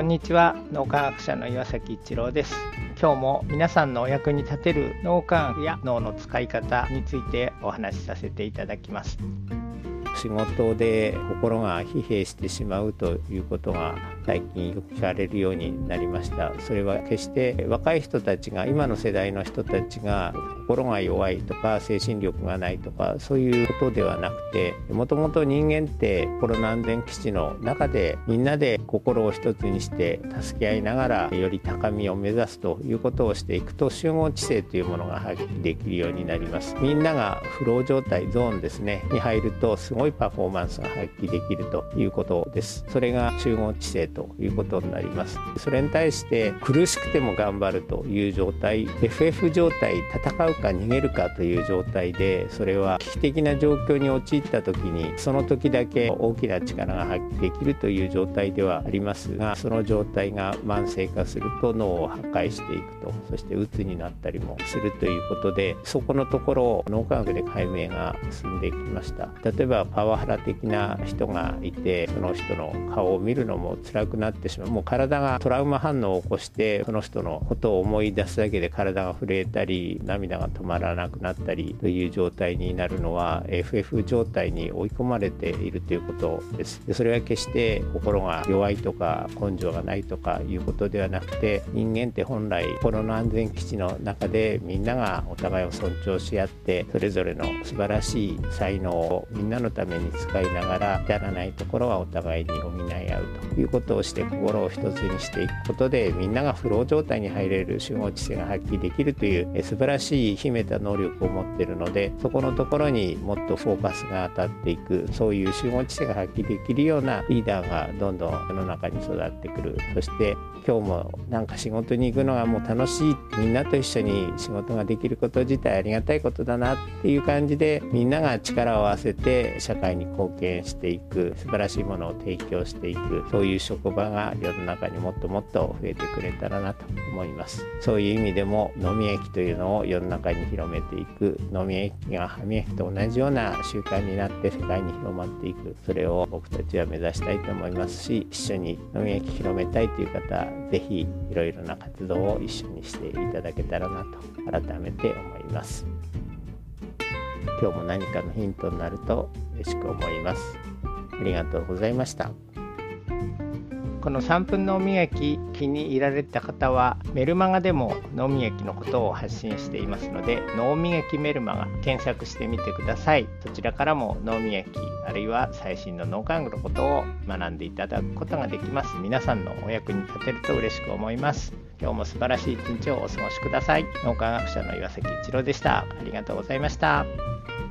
こんにちは、脳科学者の岩崎一郎です。今日も皆さんのお役に立てる脳科学や脳の使い方についてお話しさせていただきます。 仕事で心が疲弊してしまうということが最近よく聞かれるようになりました。それは決して若い人たちが、今の世代の人たちが心が弱いとか精神力がないとかそういうことではなくて、もともと人間って心の安全基地の中でみんなで心を一つにして助け合いながらより高みを目指すということをしていくと、集合知性というものが発揮できるようになります。みんながフロー状態、ゾーンですねに入るとすごいパフォーマンスが発揮できるということです。それが集合知性ということになります。それに対して苦しくても頑張るという状態、 FF 状態、戦うか逃げるかという状態で、それは危機的な状況に陥った時にその時だけ大きな力が発揮できるという状態ではありますが、その状態が慢性化すると脳を破壊していくと、そして鬱になったりもするということで、そこのところを脳科学で解明が進んできました。例えばパワハラ的な人がいて、その人の顔を見るのも辛くなってしまう、もう体がトラウマ反応を起こしてその人のことを思い出すだけで体が震えたり涙が止まらなくなったりという状態になるのは FF 状態に追い込まれているということです。それは決して心が弱いとか根性がないとかいうことではなくて、人間って本来心の安全基地の中でみんながお互いを尊重し合って、それぞれの素晴らしい才能をみんなのために使いながら、至らないところはお互いに補い合うということをして、心を一つにしていくことでみんながフロー状態に入れる、集合知性が発揮できるという素晴らしい秘めた能力を持っているので、そこのところにもっとフォーカスが当たっていく、そういう集合知性が発揮できるようなリーダーがどんどん世の中に育ってくる。そして今日もなんか仕事に行くのがもう楽しい、みんなと一緒に仕事ができること自体ありがたいことだなっていう感じで、みんなが力を合わせて社会に貢献していく、素晴らしいものを提供していく、そういう職場が世の中にもっともっと増えてくれたらなと思います。そういう意味でも飲み駅というのを世の中に広めていく、飲み駅が歯磨きと同じような習慣になって世界に広まっていく、それを僕たちは目指したいと思いますし、一緒に飲み駅広めたいという方、ぜひいろいろな活動を一緒にしていただけたらなと改めて思います。今日も何かのヒントになると嬉しく思います。ありがとうございました。 この3分脳みやき気に入られた方は、メルマガでも脳みやきのことを発信していますので、脳みやきメルマガ検索してみてください。そちらからも脳みやき、あるいは最新の脳科学のことを学んでいただくことができます。皆さんのお役に立てると嬉しく思います。今日も素晴らしい一日をお過ごしください。脳科学者の岩崎一郎でした。ありがとうございました。